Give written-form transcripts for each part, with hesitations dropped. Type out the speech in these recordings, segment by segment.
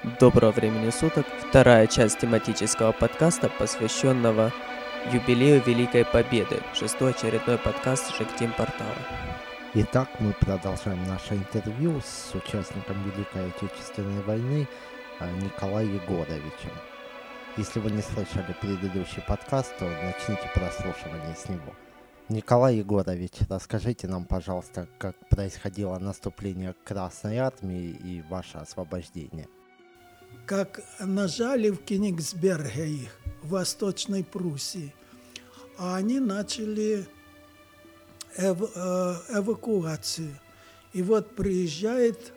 Доброго времени суток. Вторая часть тематического подкаста, посвященного юбилею Великой Победы. Шестой очередной подкаст Жектим портала. Итак, мы продолжаем наше интервью с участником Великой Отечественной войны Николаем Егоровичем. Если вы не слышали предыдущий подкаст, то начните прослушивание с него. Николай Егорович, расскажите нам, пожалуйста, как происходило наступление Красной Армии и ваше освобождение. Как нажали в Кенигсберге их, в Восточной Пруссии, а они начали эвакуацию. И вот приезжает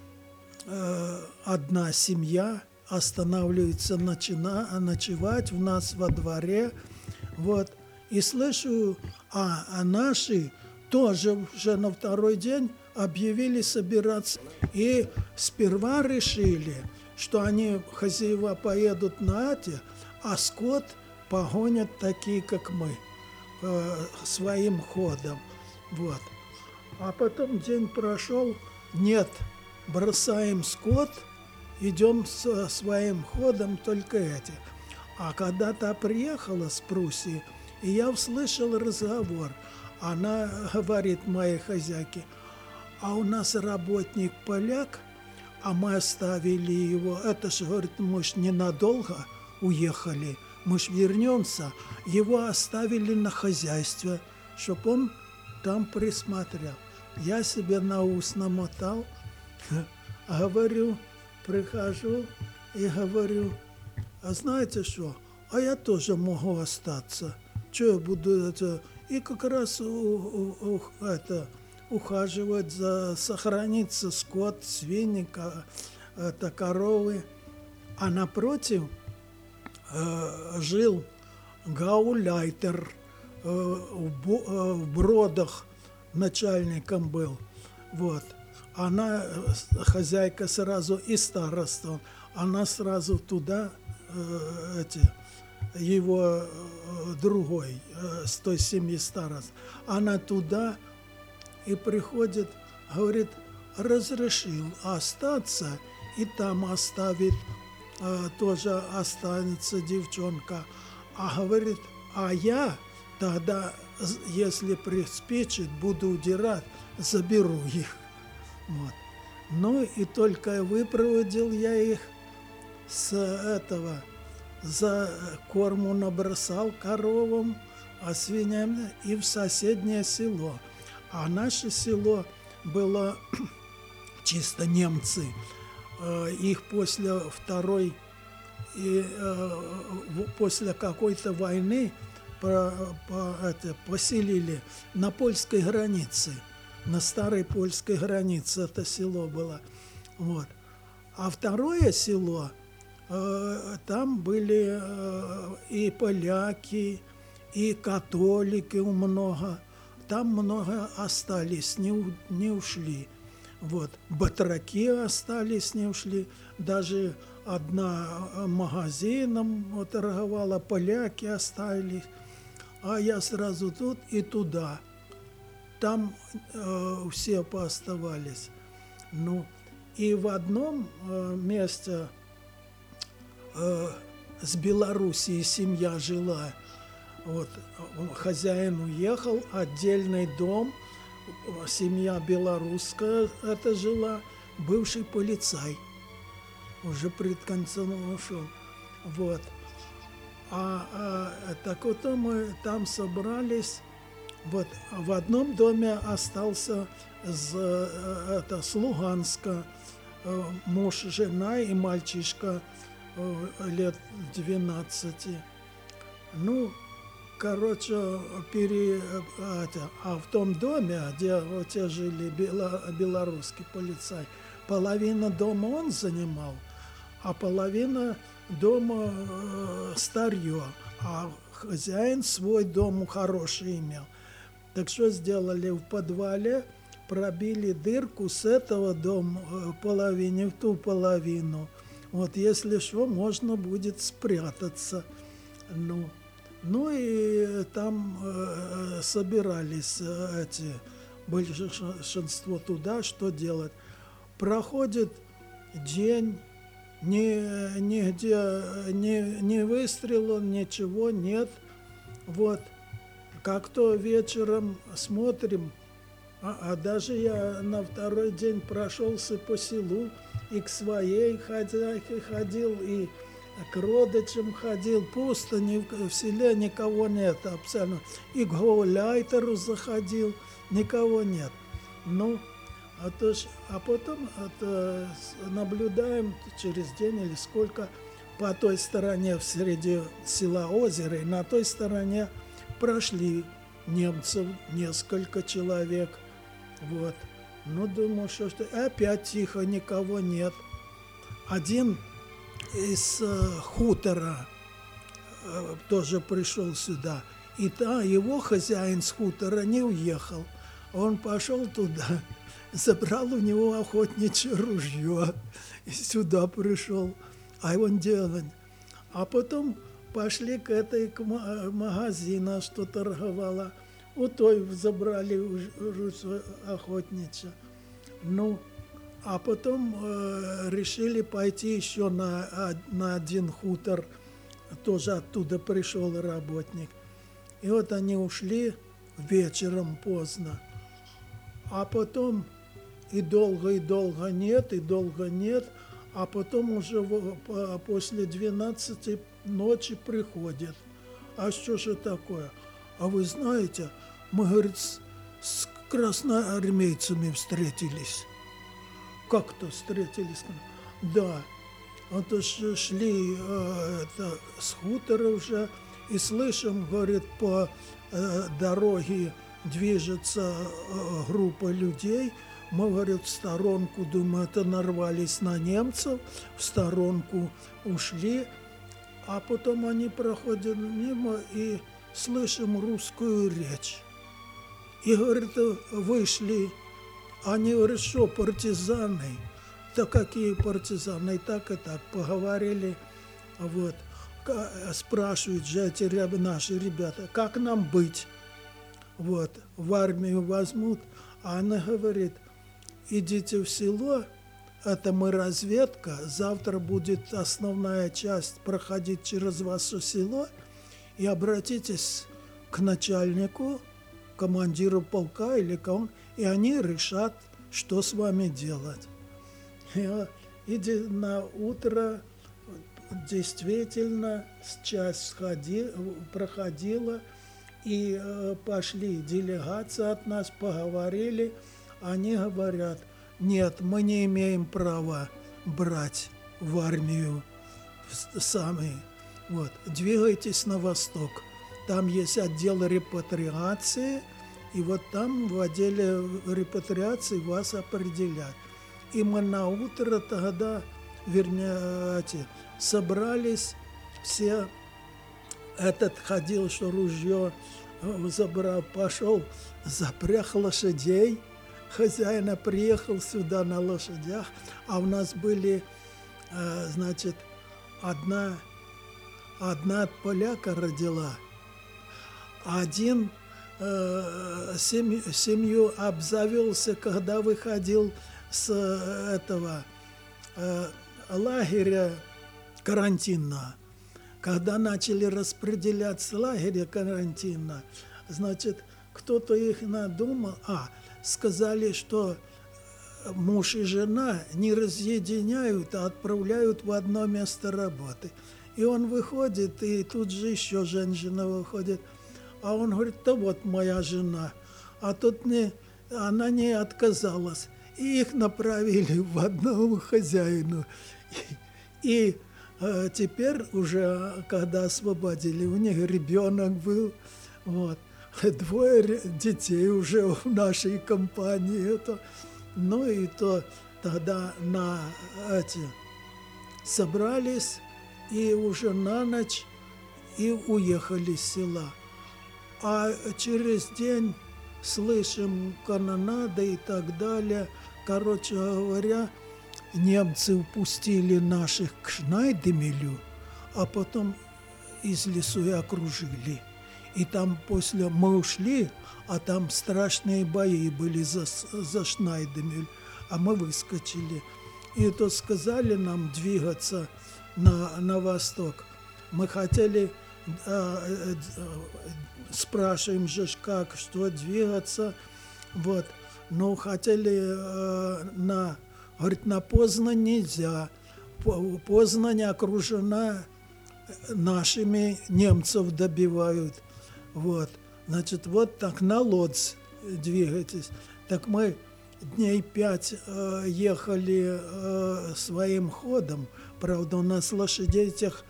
одна семья, останавливается ночевать у нас во дворе, вот, и слышу, а наши тоже уже на второй день объявили собираться. И сперва решили, что они, хозяева, поедут на эти, а скот погонят такие, как мы, своим ходом. Вот. А потом день прошел, нет, бросаем скот, идем со своим ходом, только эти. А когда-то приехала с Пруссии, и я услышал разговор. Она говорит моей хозяйке, а у нас работник поляк, а мы оставили его. Это же, говорит, мы ж ненадолго уехали, мы ж вернемся. Его оставили на хозяйстве, чтобы он там присмотрел. Я себе на ус намотал, говорю, прихожу и говорю, а знаете что, а я тоже могу остаться. Что я буду это... И как раз ухаживать за сохранится скот, свиньи, коровы. А напротив жил гауляйтер, в Бродах начальником был. Вот. Она, хозяйка сразу и староста, она сразу туда, его другой, с той семьи старост, она туда и приходит, говорит, разрешил остаться, и там оставит, тоже останется девчонка. А говорит, а я тогда, если приспичит, буду удирать, заберу их. Вот. Ну и только выпроводил я их с этого, за корму набросал коровам, а свиньям и в соседнее село. А наше село было чисто немцы. Их после второй, после какой-то войны поселили на польской границе, на старой польской границе это село было. Вот. А второе село, там были и поляки, и католики много. Там много остались, не ушли. Вот. Батраки остались, не ушли. Даже одна магазином торговала, поляки остались. А я сразу тут и туда. Там все пооставались. Ну, и в одном месте с Белоруссии семья жила. Вот, хозяин уехал, отдельный дом, семья белорусская это жила, бывший полицай, уже пред концом ушел. Вот. Так вот мы там собрались, вот в одном доме остался с Луганска муж, жена и мальчишка лет 12. Ну, короче, а в том доме, где вот те жили белорусский полицай, половина дома он занимал, а половина дома старье, а хозяин свой дом хороший имел. Так что сделали в подвале, пробили дырку с этого дома половине в ту половину. Вот если что, можно будет спрятаться. Ну и там собирались большинство туда, что делать. Проходит день, нигде ни выстрела, ничего нет. Вот. Как-то вечером смотрим, а даже я на второй день прошелся по селу, и к своей хозяйке ходил, и к родичам ходил, пусто, в селе никого нет абсолютно. И к гауляйтеру заходил, никого нет. Ну, а потом наблюдаем через день или сколько по той стороне, среди села озера, и на той стороне прошли немцев несколько человек. Вот. Ну, думаю, что опять тихо, никого нет. Один из хутора тоже пришел сюда. И его хозяин с хутора не уехал. Он пошел туда, забрал у него охотничье ружье и сюда пришел. А он делает. А потом пошли к магазину, что торговала. У той забрали ружье охотничье. Ну, а потом решили пойти еще на один хутор. Тоже оттуда пришел работник. И вот они ушли вечером поздно. А потом и долго нет, и долго нет. А потом уже после 12 ночи приходят. А что же такое? А вы знаете, мы, говорит, с красноармейцами встретились. Как-то встретились? Да. Вот шли с хутора уже, и слышим, говорит, по дороге движется группа людей. Мы, говорит, в сторонку, думаю, это нарвались на немцев, в сторонку ушли, а потом они проходят мимо и слышим русскую речь. И, говорит, вышли, они, говорят, что, партизаны? Да какие партизаны? И так, поговорили, вот. Спрашивают же эти наши ребята, как нам быть? Вот, в армию возьмут, а она говорит, идите в село, это мы разведка, завтра будет основная часть проходить через ваше село, и обратитесь к начальнику, командиру полка или кому, и они решат, что с вами делать. И на утро действительно часть проходила, и пошли делегация от нас, поговорили. Они говорят, нет, мы не имеем права брать в армию сами. Вот, двигайтесь на восток. Там есть отдел репатриации, и вот там в отделе репатриации вас определят. И мы на утро тогда, собрались все. Этот ходил, что ружье забрал, пошел, запряг лошадей. Хозяина приехал сюда на лошадях, а у нас были, значит, одна от поляка родила, один семью обзавелся, когда выходил с этого лагеря карантинного. Когда начали распределяться лагеря карантинного, значит, кто-то их надумал, сказали, что муж и жена не разъединяют, а отправляют в одно место работы. И он выходит, и тут же еще женщина выходит. А он говорит, да вот моя жена. А тут она не отказалась. И их направили в одного хозяину. И теперь уже, когда освободили, у них ребенок был. Вот. 2 детей уже в нашей компании. Ну и то тогда собрались и уже на ночь и уехали с села. А через день слышим канонады и так далее. Короче говоря, немцы упустили наших к Шнайдемелю, а потом из лесу и окружили. И там после мы ушли, а там страшные бои были за Шнайдемель, а мы выскочили. и то сказали нам двигаться на восток. Мы хотели, спрашиваем же, как, что двигаться, вот. Но хотели говорит, на Познань нельзя. Познань окружена нашими, немцев добивают. Вот. Значит, вот так на Лодзь двигайтесь. Так мы дней 5 ехали своим ходом. Правда, у нас лошадей тех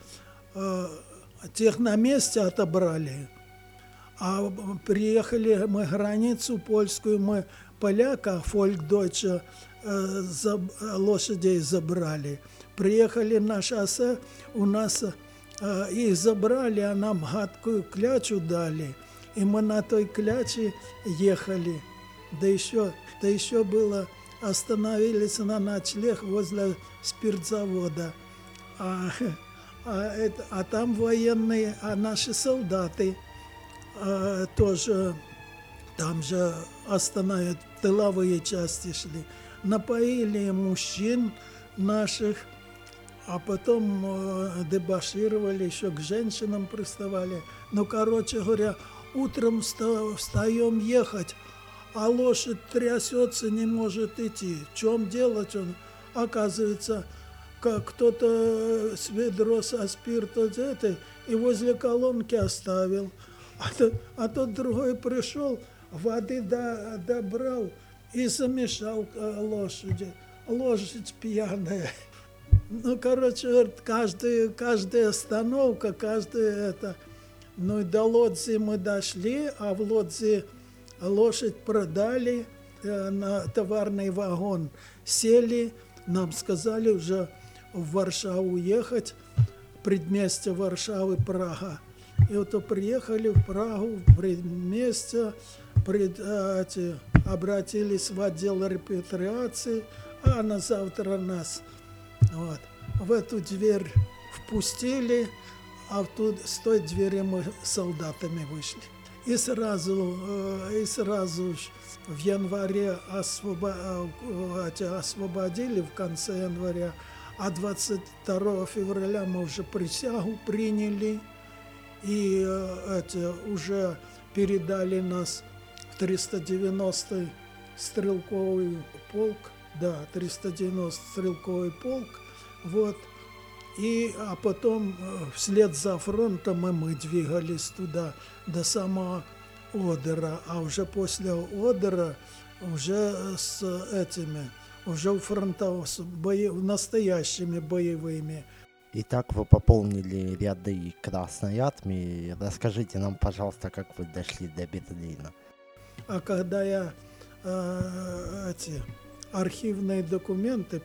на месте отобрали. А приехали мы границу польскую, мы поляка, фолькдойча, лошадей забрали. Приехали на шоссе, у нас их забрали, а нам гадкую клячу дали. И мы на той кляче ехали. Да еще было, остановились на ночлег возле спиртзавода. А там военные, а наши солдаты тоже там же остановят, тыловые части шли. Напоили мужчин наших, а потом дебошировали, еще к женщинам приставали. Ну, короче говоря, утром встаем ехать, а лошадь трясется, не может идти. В чем делать он? Оказывается, как кто-то с ведро со спиртом и возле колонки оставил. А тот другой пришел, воды добрал и замешал лошади. Лошадь пьяная. Ну, короче, каждая остановка, каждая это. Ну, и до Лодзи мы дошли, а в Лодзи лошадь продали, на товарный вагон сели. Нам сказали уже в Варшаву ехать, предместье Варшавы, Прага. И вот приехали в Прагу, в предместье, обратились в отдел репатриации, а на завтра нас вот, в эту дверь впустили, а с той двери мы солдатами вышли. И сразу в январе освободили, в конце января, а 22 февраля мы уже присягу приняли, и уже передали нас в 390-й стрелковый полк, 390-й стрелковый полк, вот. А потом вслед за фронтом мы двигались туда, до самого Одера, а уже после Одера уже уже у фронтов с настоящими боевыми. Итак, вы пополнили ряды Красной Армии. Расскажите нам, пожалуйста, как вы дошли до Берлина. А когда я архивные документы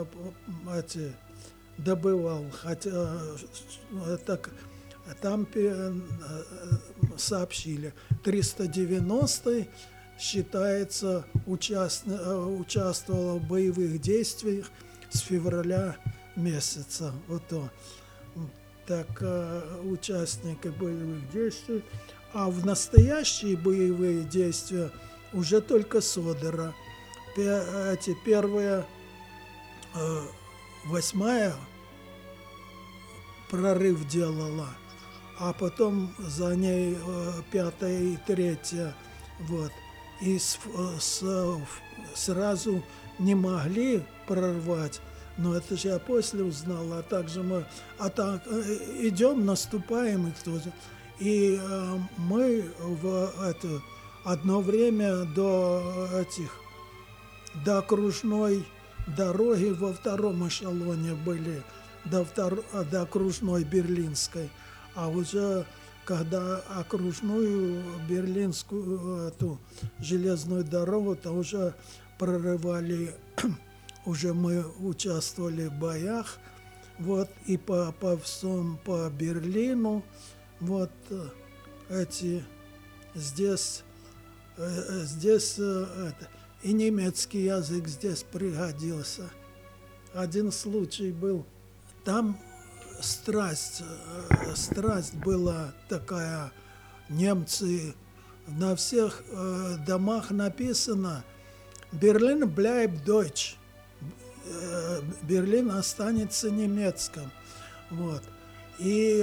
добывал, хотя так, там сообщили, 390-й считается, участвовала в боевых действиях с февраля месяца. Вот то. Так, участники боевых действий. А в настоящие боевые действия уже только с Одера. Первая, 8-я прорыв делала, а потом за ней 5-я и 3-я. Вот. И сразу не могли прорвать, но это же я после узнал, а также мы идем, наступаем, и мы одно время до окружной дороги во втором эшелоне были, до окружной берлинской, а уже когда окружную берлинскую эту железную дорогу, то уже прорывали, уже мы участвовали в боях, вот, и по Берлину, вот, здесь и немецкий язык здесь пригодился. Один случай был, там страсть была такая, немцы, на всех домах написано «Берлин bleibt deutsch», Берлин останется немецким. Вот. И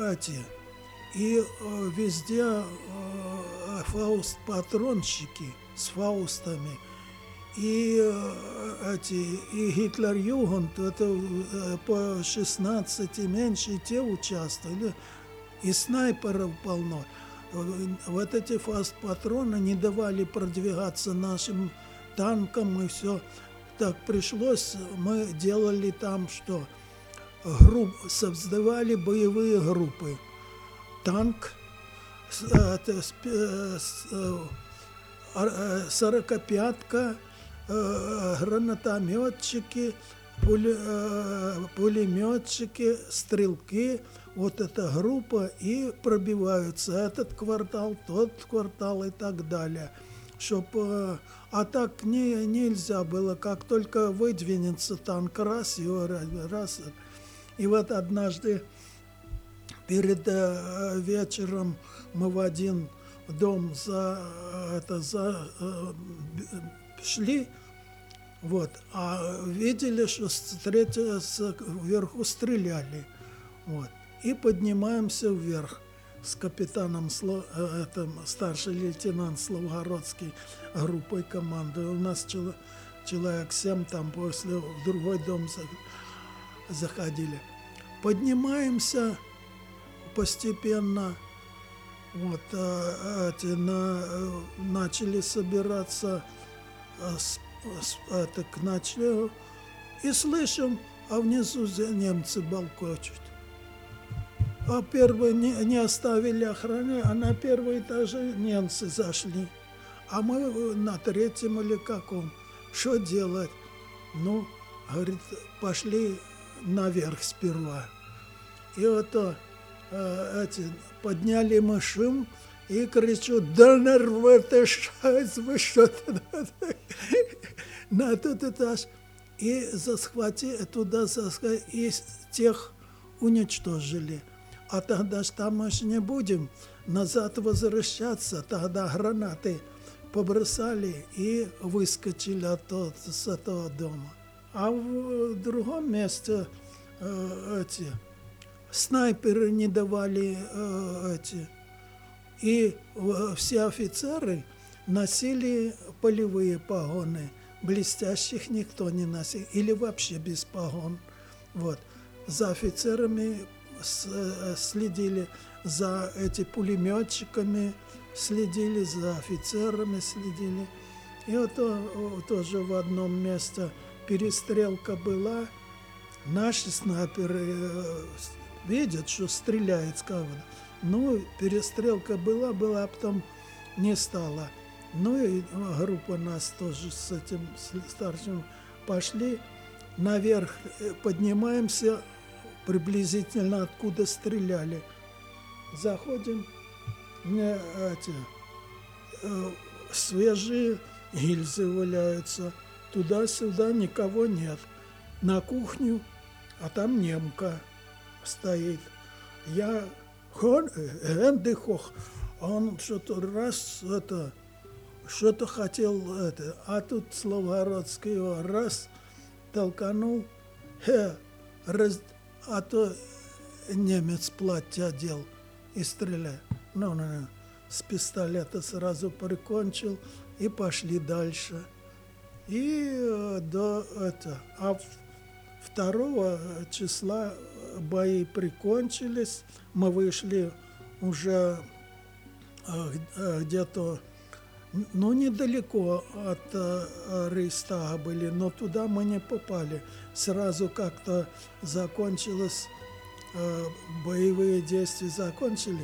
везде фауст-патронщики с фаустами. И Гитлер-Югент, это по 16 и меньше, те участвовали. И снайперов полно. Вот эти фауст-патроны не давали продвигаться нашим танкам и все. Так пришлось, мы делали там что? Создавали боевые группы. Танк, 45-ка, гранатометчики, пулеметчики, стрелки. Вот эта группа и пробиваются этот квартал, тот квартал и так далее. А так нельзя было, как только выдвинется танк, раз. И вот однажды перед вечером мы в один дом шли, вот, а видели, что вверху стреляли. Вот. И поднимаемся вверх с капитаном, старший лейтенант Славгородский, группой команды. У нас человек 7 там после в другой дом заходили. Поднимаемся постепенно. Вот, начали собираться к ночлегу. И слышим, а внизу немцы балкочут. А первые не оставили охраны, а на первый этаж немцы зашли. А мы на третьем или каком. Что делать? Ну, говорит, пошли наверх сперва. И вот подняли мы шум и кричу: да нарвете шайс, вы что-то на тот этаж. И и тех уничтожили. А тогда ж там мы ж не будем назад возвращаться. Тогда гранаты побросали и выскочили с этого дома. А в другом месте снайперы не давали И все офицеры носили полевые погоны. Блестящих никто не носил. Или вообще без погон. Вот. За офицерами следили, за пулеметчиками следили, за офицерами следили. И вот тоже в одном месте перестрелка была. Наши снайперы видят, что стреляет с кого-то. Ну, перестрелка была, а потом не стало. Ну и группа нас тоже с этим старшим пошли. Наверх поднимаемся, приблизительно откуда стреляли. Заходим, свежие гильзы валяются. Туда-сюда никого нет. На кухню, а там немка стоит. Я он что-то что-то хотел, а тут Славгородский его раз толканул, а то немец платье одел и стреляет. Ну, с пистолета сразу прикончил и пошли дальше. И до 2 числа бои прикончились. Мы вышли уже где-то, ну, недалеко от Рейхстага были, но туда мы не попали. Сразу как-то закончилось, боевые действия закончили.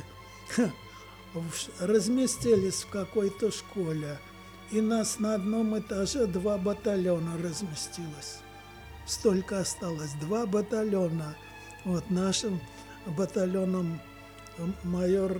Разместились в какой-то школе. И нас на одном этаже 2 батальона разместилось. Столько осталось. 2 батальона. Вот нашим батальоном майор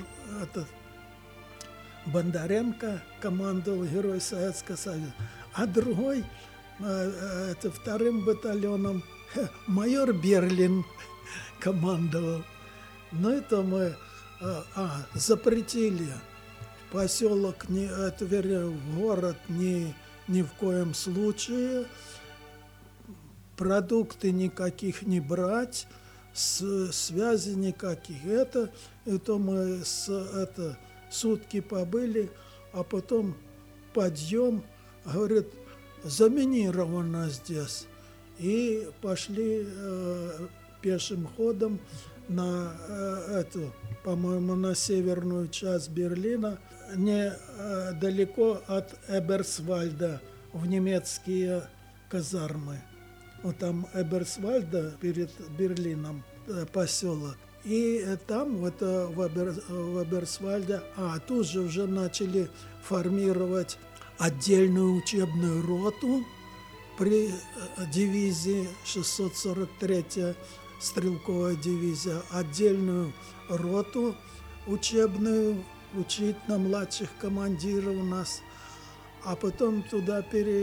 Бондаренко командовал, герой Советского Союза. А другой, вторым батальоном, майор Берлин командовал. Ну, это мы запретили поселок, в город ни в коем случае. продукты никаких не брать, связи никаких. Это мы сутки побыли, а потом подъем, говорит, заминировано здесь. И пошли пешим ходом на по-моему, на северную часть Берлина, недалеко от Эберсвальда, в немецкие казармы. Вот там Эберсвальда перед Берлином поселок. И там вот в Эберсвальде, тут же уже начали формировать отдельную учебную роту при дивизии 643-я стрелковая дивизия, отдельную роту учебную, учить на младших командиров у нас. А потом туда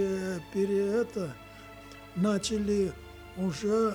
начали уже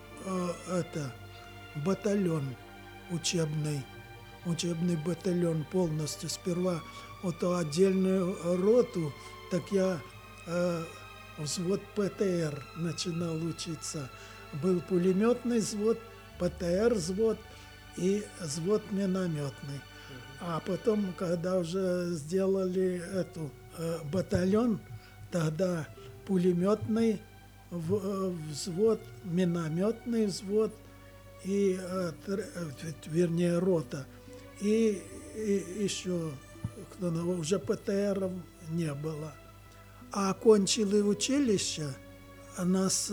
батальон учебный батальон полностью. Сперва вот отдельную роту, так я взвод ПТР начинал учиться. Был пулеметный взвод, ПТР взвод и взвод минометный. А потом, когда уже сделали батальон, тогда пулеметный взвод, минометный взвод и, вернее, рота. И еще уже ПТРов не было. А окончили училище, нас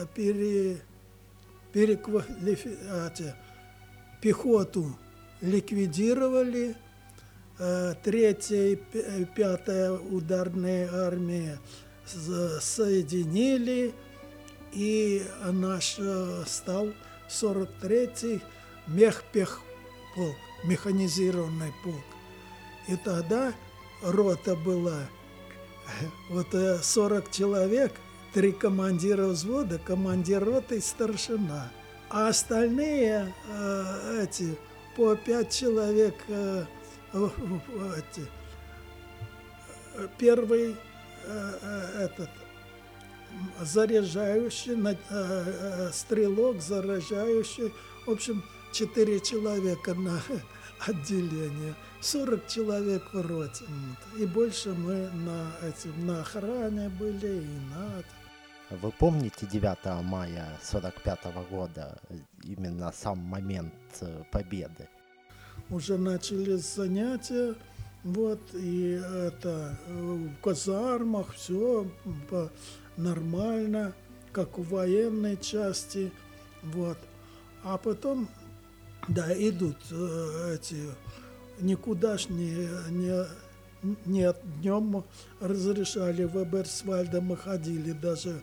пехоту ликвидировали, 3-я и 5-я ударные армии соединили, и наш стал 43-й мехпехполк, механизированный полк. И тогда рота была 40 человек, 3 командира взвода, командир роты и старшина. А остальные по 5 человек, первый заряжающий, стрелок, заряжающий, в общем, 4 человека на отделение, 40 человек в роте. И больше мы на охране были и на... Вы помните 9 мая 1945 года, именно сам момент победы? Уже начались занятия, и в казармах все нормально, как в военной части, А потом, идут никуда ж не днем разрешали, в Эберсвальде мы ходили даже,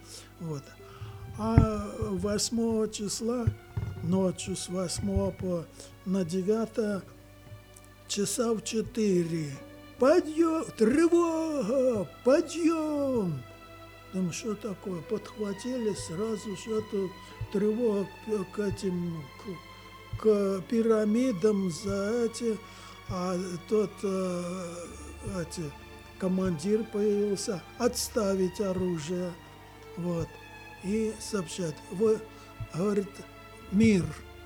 А 8 числа, ночью с 8 на 9 часа в 4. Подъем! Тревога! Подъем! Там что такое? Подхватили сразу что-то, тревога к пирамидам а тот командир появился, отставить оружие, и сообщать, говорит, мир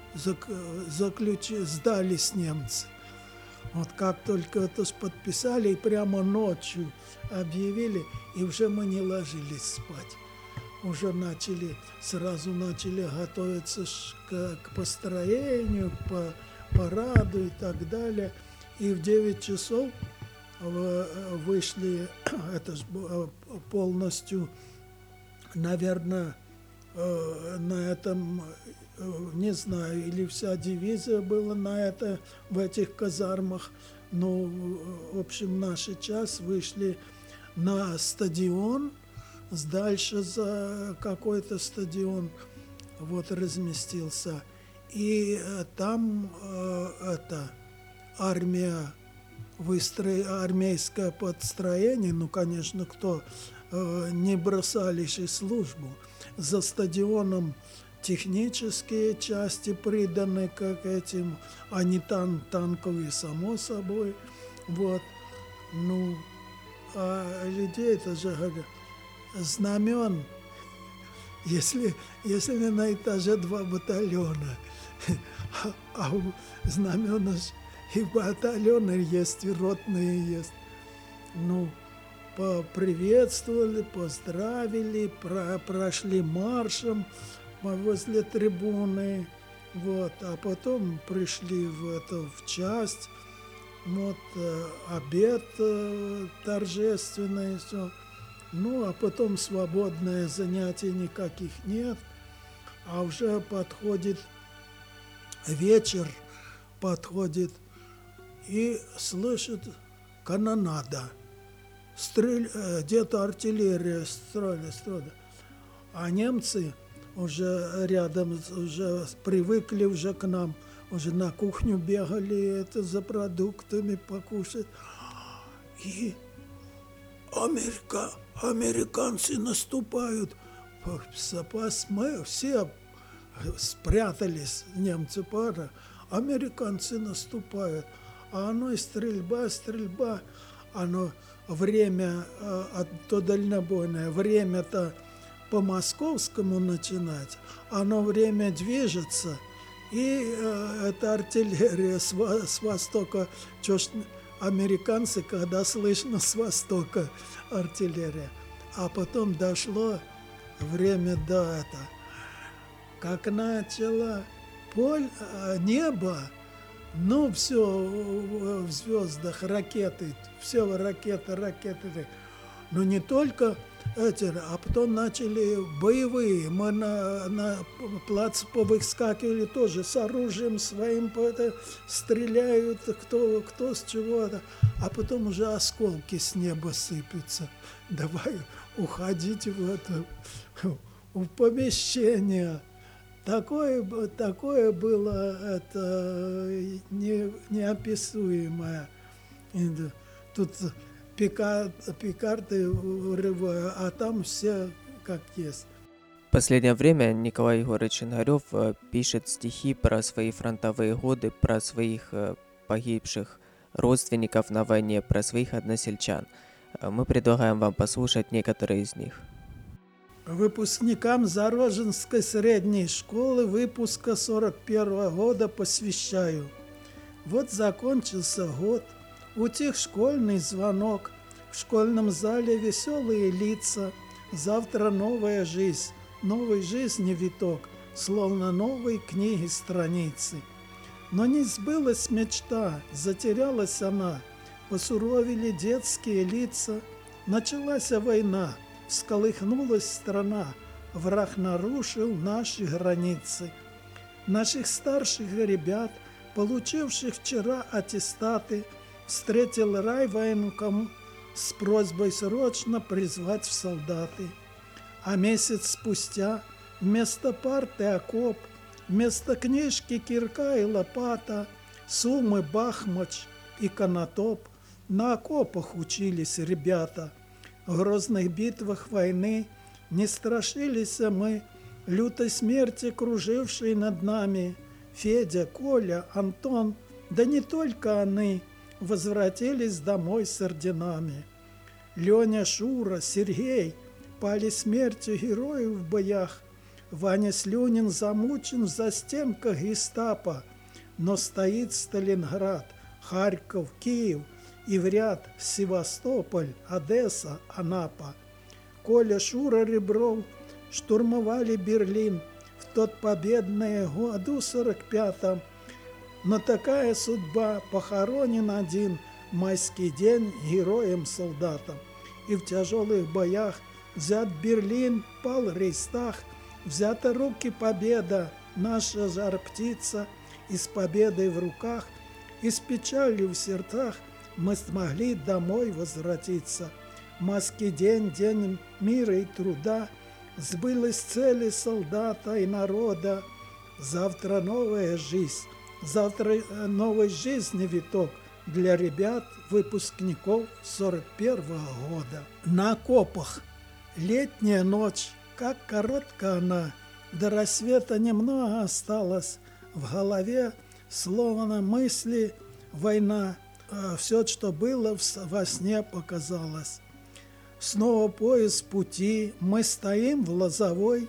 сдались немцы. Как только это подписали, и прямо ночью объявили, и уже мы не ложились спать. Уже сразу начали готовиться к построению, к параду и так далее. И в 9 часов вышли, это же полностью, наверное, на этом, не знаю, или вся дивизия была в этих казармах. В общем, наши час вышли на стадион, дальше за какой-то стадион разместился. И там армейское подстроение, конечно, кто не бросались и службу. За стадионом технические части приданы как этим, а не танковые, само собой. А людей, это же знамен если на этаже 2 батальона, а у знамена и батальоны есть, и ротные есть. Ну, поприветствовали, поздравили, прошли маршем возле трибуны, вот, а потом пришли в часть, вот, обед торжественный, все. Ну, а потом свободное занятий никаких нет, а уже подходит вечер, и слышит канонада. Где-то артиллерия строили. А немцы уже рядом, уже привыкли уже к нам, уже на кухню бегали за продуктами покушать. И американцы наступают. Мы все спрятались, немцы пара. Американцы наступают. А оно и стрельба. Оно время, то дальнобойное, время-то по московскому начинать, оно время движется, и эта артиллерия с востока, американцы, когда слышно с востока артиллерия, а потом дошло время до этого, как начало небо, ну все в звездах, ракеты, все ракеты. Но не только эти, а потом начали боевые. Мы на плац повыскакивали тоже с оружием своим, стреляют кто с чего-то. А потом уже осколки с неба сыпятся. Давай уходите в помещение. Такое было это неописуемое. Тут пикарды вырываю, а там все как есть. В последнее время Николай Егорович Шингарев пишет стихи про свои фронтовые годы, про своих погибших родственников на войне, про своих односельчан. Мы предлагаем вам послушать некоторые из них. Выпускникам Зароженской средней школы выпуска 41 года посвящаю. Вот закончился год, утих школьный звонок, в школьном зале веселые лица, завтра новая жизнь, новой жизни виток, словно новой книги страницы. Но не сбылась мечта, затерялась она, посуровили детские лица, началась война, всколыхнулась страна, враг нарушил наши границы. Наших старших ребят, получивших вчера аттестаты, встретил райвоенком с просьбой срочно призвать в солдаты. А месяц спустя вместо парты окоп, вместо книжки кирка и лопата, Сумы, Бахмач и Конотоп, на окопах учились ребята. В грозных битвах войны не страшились мы лютой смерти, кружившей над нами. Федя, Коля, Антон, да не только они, возвратились домой с орденами. Леня, Шура, Сергей пали смертью героев в боях. Ваня Слюнин замучен в застенках гестапо, но стоит Сталинград, Харьков, Киев и в ряд Севастополь, Одесса, Анапа. Коля, Шура, Ребров штурмовали Берлин в тот победный году 45-м. Но такая судьба, похоронен один майский день героем-солдатом. И в тяжелых боях взят Берлин, пал Рейхстаг, взята руки победа, наша жар-птица, и с победой в руках, и с печалью в сердцах мы смогли домой возвратиться. Майский день, день мира и труда, сбылись цели солдата и народа. Завтра новая жизнь, завтра новой жизни виток для ребят, выпускников 41-го года. На окопах летняя ночь, как коротка она, до рассвета немного осталось. В голове словно мысли война, все, что было во сне, показалось. Снова поезд пути, мы стоим в Лозовой,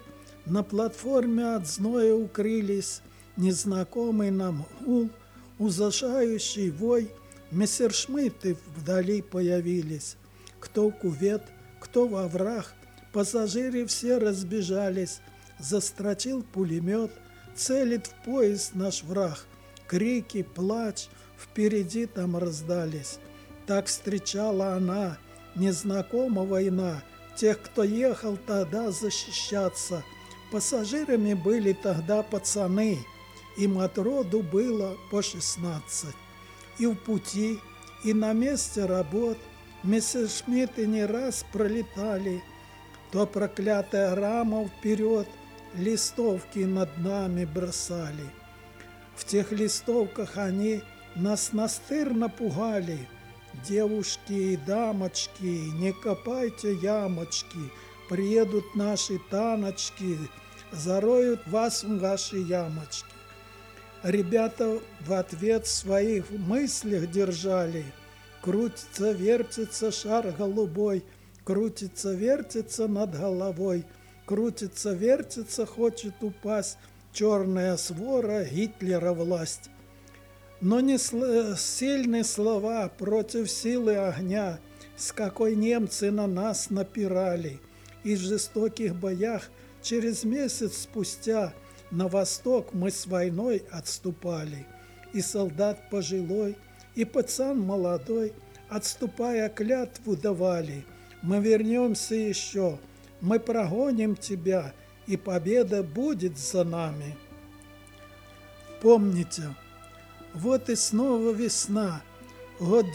На платформе от зноя укрылись, незнакомый нам гул, ужасающий вой, мессершмитты вдали появились. Кто в кювет, кто во враг, пассажиры все разбежались. Застрочил пулемет, целит в поезд наш враг. Крики, плач впереди там раздались. Так встречала она, незнакома война, тех, кто ехал тогда защищаться. Пассажирами были тогда пацаны, им от роду было по 16. И в пути, и на месте работ мессершмитты не раз пролетали. То проклятая рама вперед листовки над нами бросали. В тех листовках они нас настырно пугали. Девушки и дамочки, не копайте ямочки, приедут наши таночки, зароют вас в ваши ямочки. Ребята в ответ в своих мыслях держали. Крутится, вертится шар голубой, крутится, вертится над головой, крутится, вертится, хочет упасть черная свора Гитлера власть. Но не сильны слова против силы огня, с какой немцы на нас напирали. И в жестоких боях через месяц спустя на восток мы с войной отступали. И солдат пожилой, и пацан молодой, отступая, клятву давали. Мы вернемся еще, мы прогоним тебя, и победа будет за нами. Помните, вот и снова весна, год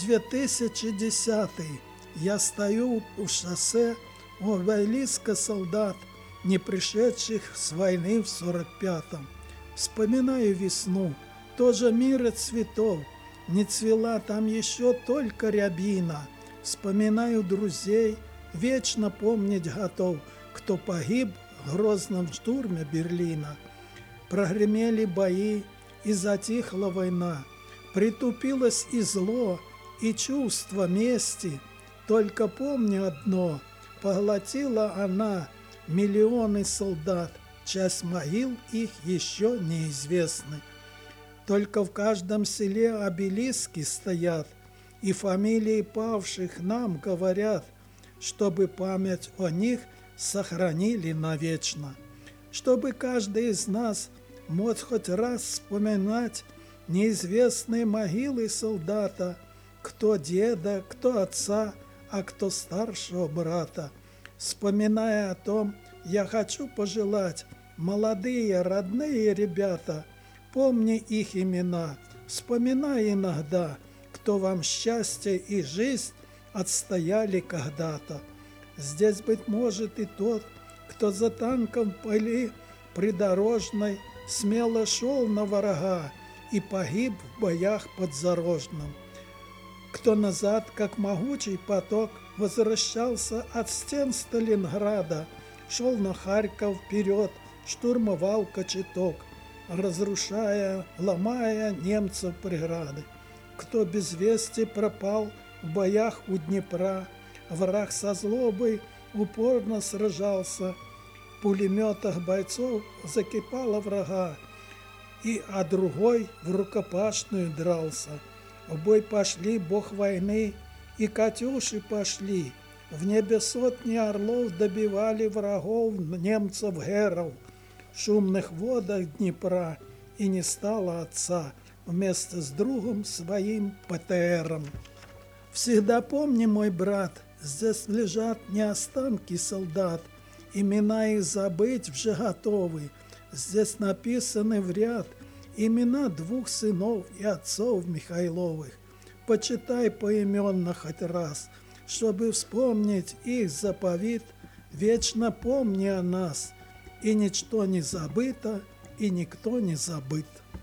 2010. Я стою у шоссе, у обелиска солдат, не пришедших с войны в 45-м. Вспоминаю весну, тоже мира цветов, не цвела там еще только рябина. Вспоминаю друзей, вечно помнить готов, кто погиб в грозном штурме Берлина. Прогремели бои, и затихла война, притупилось и зло, и чувство мести. Только помню одно, поглотила она миллионы солдат, часть могил их еще неизвестны. Только в каждом селе обелиски стоят, и фамилии павших нам говорят, чтобы память о них сохранили навечно. Чтобы каждый из нас мог хоть раз вспоминать неизвестные могилы солдата, кто деда, кто отца, а кто старшего брата. Вспоминая о том, я хочу пожелать, молодые, родные ребята, помни их имена, вспоминай иногда, кто вам счастье и жизнь отстояли когда-то. Здесь, быть может, и тот, кто за танком в пыли придорожной смело шел на врага и погиб в боях под Зарожным. Кто назад, как могучий поток, возвращался от стен Сталинграда, шел на Харьков вперед, штурмовал Кочеток, разрушая, ломая немцев преграды. Кто без вести пропал в боях у Днепра, враг со злобой упорно сражался, в пулеметах бойцов закипала врага, а другой в рукопашную дрался. В бой пошли бог войны, и «Катюши» пошли. В небе сотни орлов добивали врагов немцев-геров. В шумных водах Днепра и не стало отца вместе с другом своим ПТРом. Всегда помни, мой брат, здесь лежат не останки солдат, имена их забыть вже готовы. Здесь написаны в ряд имена двух сынов и отцов Михайловых. Почитай поименно хоть раз, чтобы вспомнить их заповедь. Вечно помни о нас, и ничто не забыто, и никто не забыт.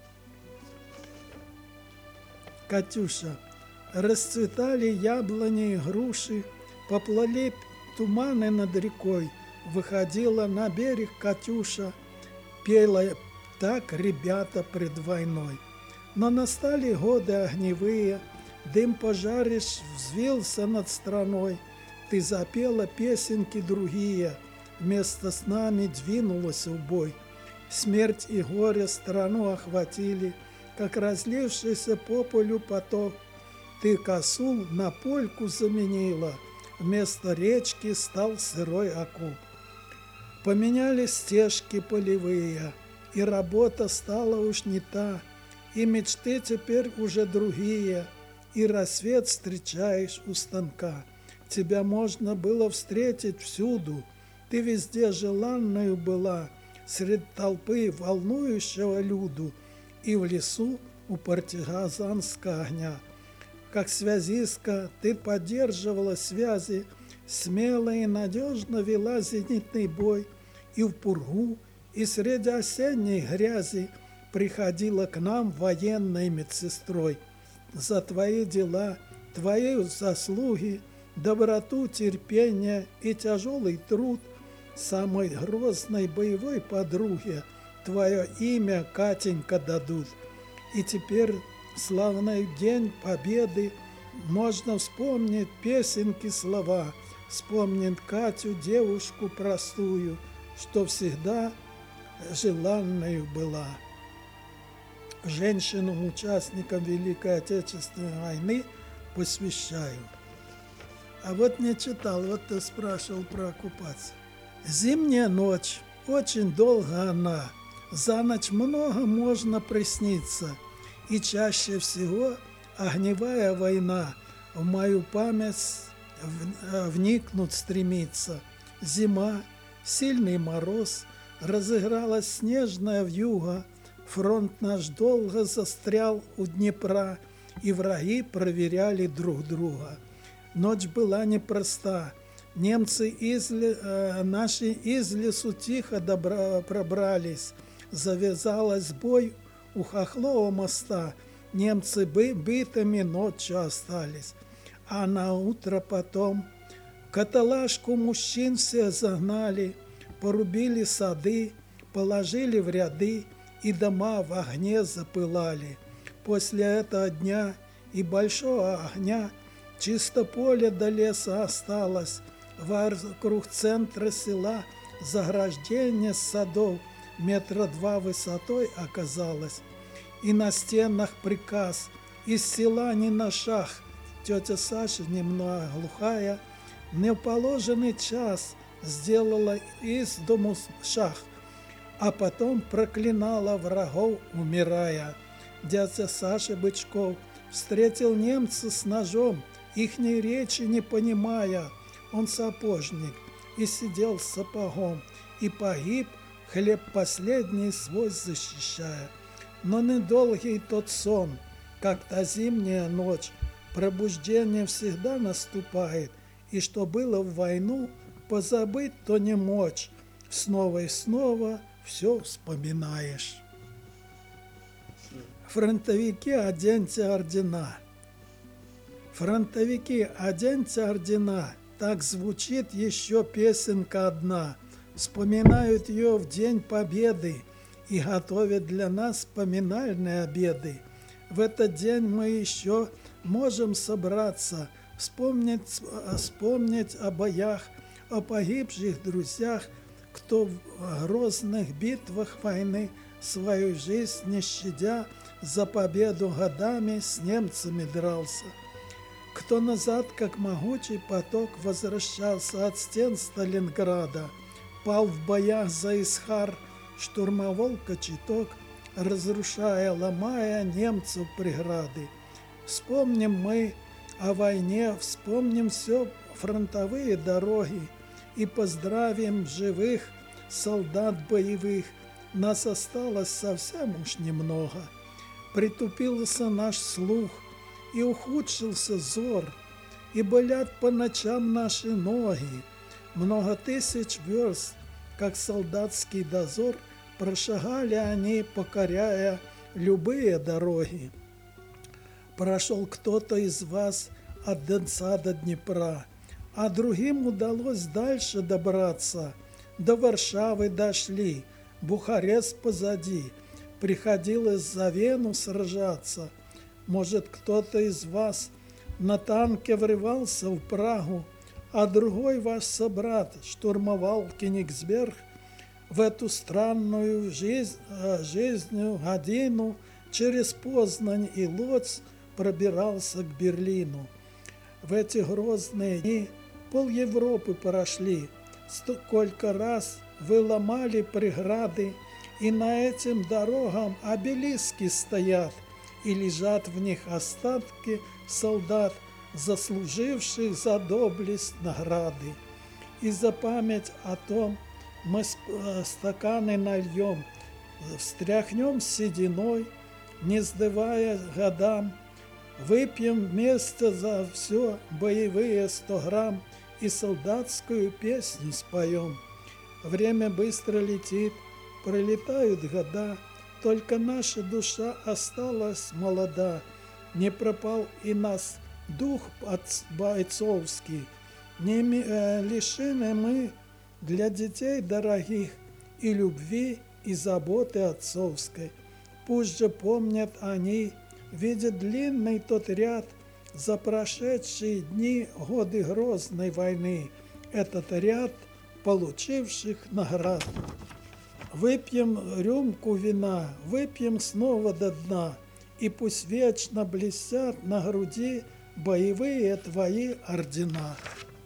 Катюша. Расцветали яблони и груши, поплыли туманы над рекой. Выходила на берег Катюша, пела так ребята пред войной. Но настали годы огневые, дым пожарищ взвился над страной. Ты запела песенки другие, вместе с нами двинулась в бой. Смерть и горе страну охватили, как разлившийся по полю поток. Ты косу на польку заменила, вместо речки стал сырой окоп. Поменялись стежки полевые, и работа стала уж не та, и мечты теперь уже другие, и рассвет встречаешь у станка. Тебя можно было встретить всюду, ты везде желанною была, среди толпы волнующего люду, и в лесу у партизанского огня. Как связистка ты поддерживала связи, смело и надежно вела зенитный бой, и в пургу, и среди осенней грязи приходила к нам военной медсестрой. За твои дела, твои заслуги, доброту, терпение и тяжелый труд самой грозной боевой подруге твое имя, Катенька, дадут. И теперь славный день победы можно вспомнить песенки слова, вспомнить Катю, девушку простую, что всегда желанною была. Женщинам, участникам Великой Отечественной войны посвящаю. А вот не читал, вот ты спрашивал про оккупацию. Зимняя ночь, очень долго она, за ночь много можно присниться, и чаще всего огневая война в мою память вникнуть стремится. Зима, сильный мороз, разыгралась снежная вьюга, фронт наш долго застрял у Днепра, и враги проверяли друг друга. Ночь была непроста. Немцы наши из лесу тихо пробрались. Завязалась бой у Хохлова моста. Немцы битыми ночью остались. А на утро потом в каталажку мужчин все загнали, порубили сады, положили в ряды, и дома в огне запылали. После этого дня и большого огня чисто поле до леса осталось, вокруг центра села заграждение садов 2 метра высотой оказалось. И на стенах приказ: из села ни на шаг. Тетя Саша, немного глухая, в неположенный час сделала из дому шаг, а потом проклинала врагов, умирая. Дядя Саша Бычков встретил немца с ножом, ихней речи не понимая. Он сапожник и сидел с сапогом, и погиб, хлеб последний свой защищая. Но недолгий тот сон, как та зимняя ночь, пробуждение всегда наступает, и что было в войну, позабыть то не мочь. Снова и снова все вспоминаешь. Фронтовики, оденьте ордена. Фронтовики, оденьте ордена. Так звучит еще песенка одна. Вспоминают ее в День Победы и готовят для нас поминальные обеды. В этот день мы еще можем собраться, вспомнить о боях, о погибших друзьях, кто в грозных битвах войны свою жизнь не щадя за победу годами с немцами дрался. Кто назад, как могучий поток, возвращался от стен Сталинграда, пал в боях за Исхар, штурмовал Кочеток, разрушая, ломая немцев преграды. Вспомним мы о войне, вспомним все фронтовые дороги и поздравим живых солдат боевых. Нас осталось совсем уж немного. Притупился наш слух, и ухудшился взор, и болят по ночам наши ноги. Много тысяч верст, как солдатский дозор, прошагали они, покоряя любые дороги. Прошел кто-то из вас от Донца до Днепра, а другим удалось дальше добраться. До Варшавы дошли, Бухарест позади, приходилось за Вену сражаться. Может, кто-то из вас на танке врывался в Прагу, а другой ваш собрат штурмовал Кенигсберг в эту странную жизнью годину через Познань и Лодзь пробирался к Берлину. В эти грозные дни пол-Европы прошли, сколько раз вы ломали преграды, и на этим дорогам обелиски стоят, и лежат в них остатки солдат, заслуживших за доблесть награды. И за память о том мы стаканы нальем, встряхнем сединой, не сдавая годам, выпьем вместе за все боевые 100 грамм и солдатскую песню споем. Время быстро летит, пролетают года, только наша душа осталась молода. Не пропал и нас дух бойцовский, не лишены мы для детей дорогих и любви, и заботы отцовской. Пусть же помнят они, видят длинный тот ряд за прошедшие дни, годы грозной войны, этот ряд получивших наград. Выпьем рюмку вина, выпьем снова до дна, и пусть вечно блестят на груди боевые твои ордена.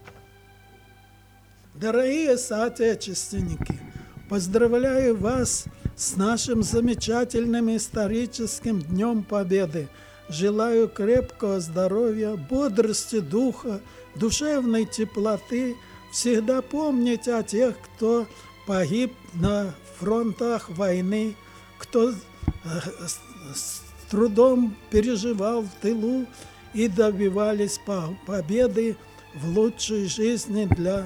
Дорогие соотечественники, поздравляю вас с нашим замечательным историческим Днем Победы. Желаю крепкого здоровья, бодрости духа, душевной теплоты. Всегда помнить о тех, кто погиб на фронтах войны, кто с трудом переживал в тылу и добивались победы в лучшей жизни для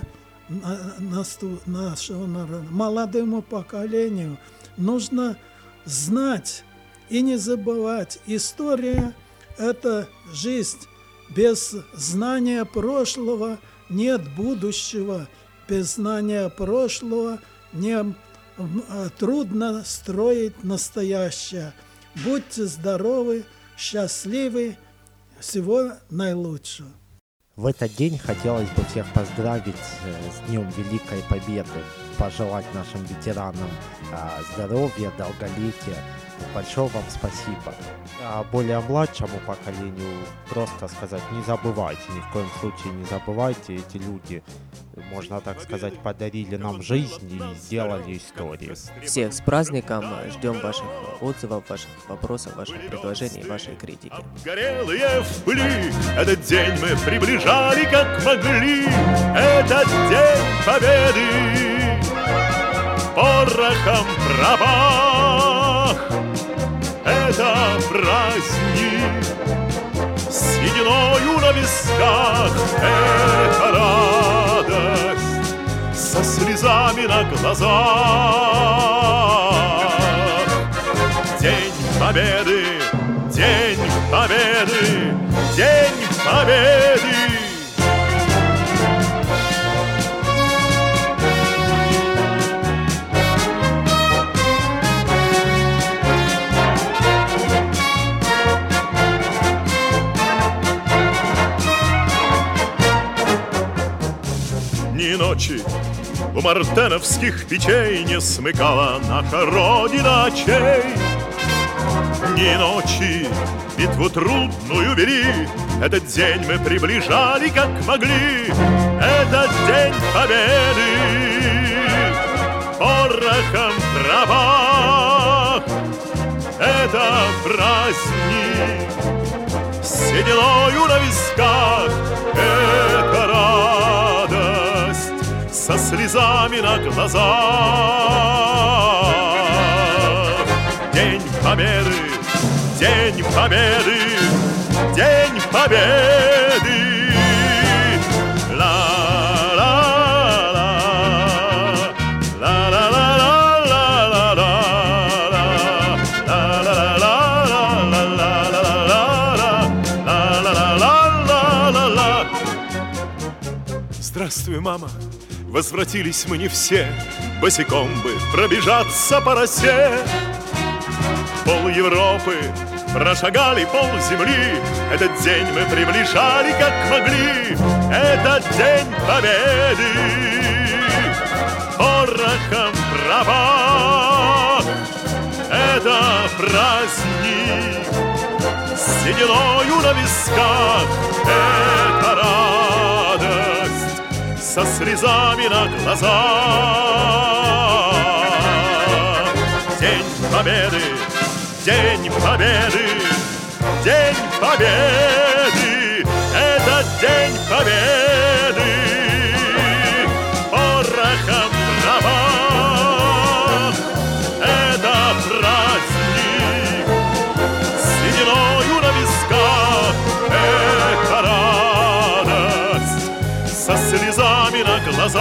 нашего народа. Молодому поколению нужно знать и не забывать. История – это жизнь. Без знания прошлого нет будущего. Без знания прошлого трудно строить настоящее. Будьте здоровы, счастливы, всего наилучшего. В этот день хотелось бы всех поздравить с Днем Великой Победы, пожелать нашим ветеранам здоровья, долголетия. Большое вам спасибо. А более младшему поколению просто сказать: не забывайте, ни в коем случае не забывайте, эти люди, можно так сказать, подарили нам жизнь и сделали историю. Всех с праздником, ждем ваших отзывов, ваших вопросов, ваших предложений, вашей критики. Горелые в пыли, этот день мы приближали как могли, этот день победы порохом пропах. Это праздник с сединою на висках, это радость со слезами на глазах. День Победы, День Победы, День Победы. Ни ночи у мартеновских печей не смыкала наша Родина очей. Ни ночи битву трудную вели, этот день мы приближали как могли. Этот день победы порохом в травах. Это праздник с сединою на висках. Это радость со слезами на глазах. День Победы, День Победы, День Победы. Здравствуй, мама, возвратились мы не все, босиком бы пробежаться по росе. Пол Европы прошагали полземли. Этот день мы приближали, как могли. Этот день победы. Порохом пропах. Это праздник. Сединою на висках. Это радость. Со слезами на глазах. День победы. День победы, день победы, это день победы. Порохом пропах, это праздник. Сединою на висках, это радость. Со слезами на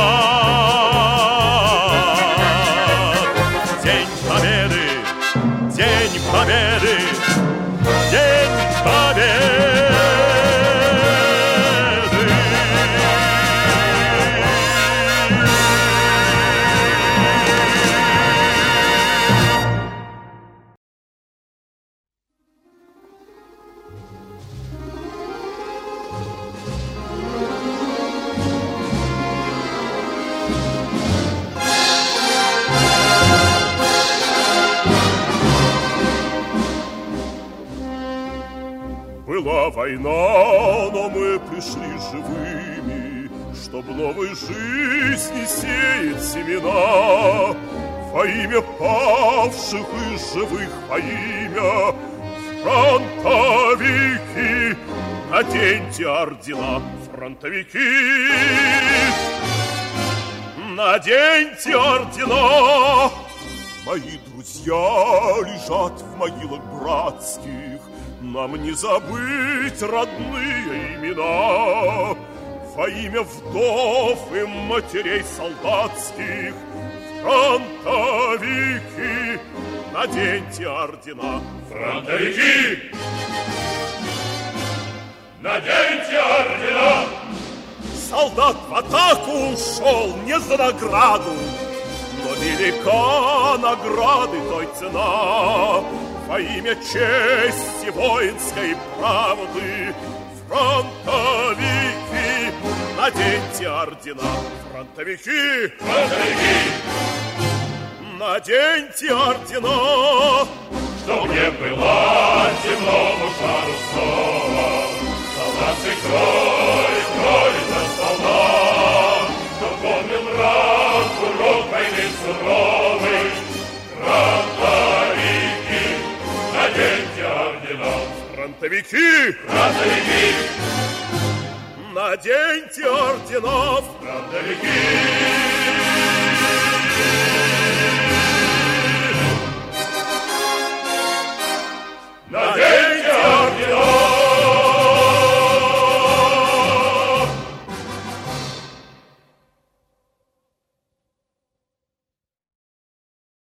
глазах. День победы. День победы, день победы. Была война, но мы пришли живыми, чтоб новой жизни сеять семена. Во имя павших и живых, во имя фронтовики, наденьте ордена, фронтовики. Наденьте ордена. Мои друзья лежат в могилах братских, нам не забыть родные имена. Во имя вдов и матерей солдатских, фронтовики, наденьте ордена. Фронтовики, наденьте ордена. Солдат в атаку ушел не за награду, но велика награды той цена. Во имя чести воинской правды, фронтовики, наденьте ордена. Фронтовики, фронтовики, наденьте ордена. Чтоб не было земному шару снова солдатской крови за солдат. Чтоб помнил мрак, урок войны суровый, фронтовики, наденьте ордена. Фронтовики, фронтовики, наденьте ордена. Фронтовики.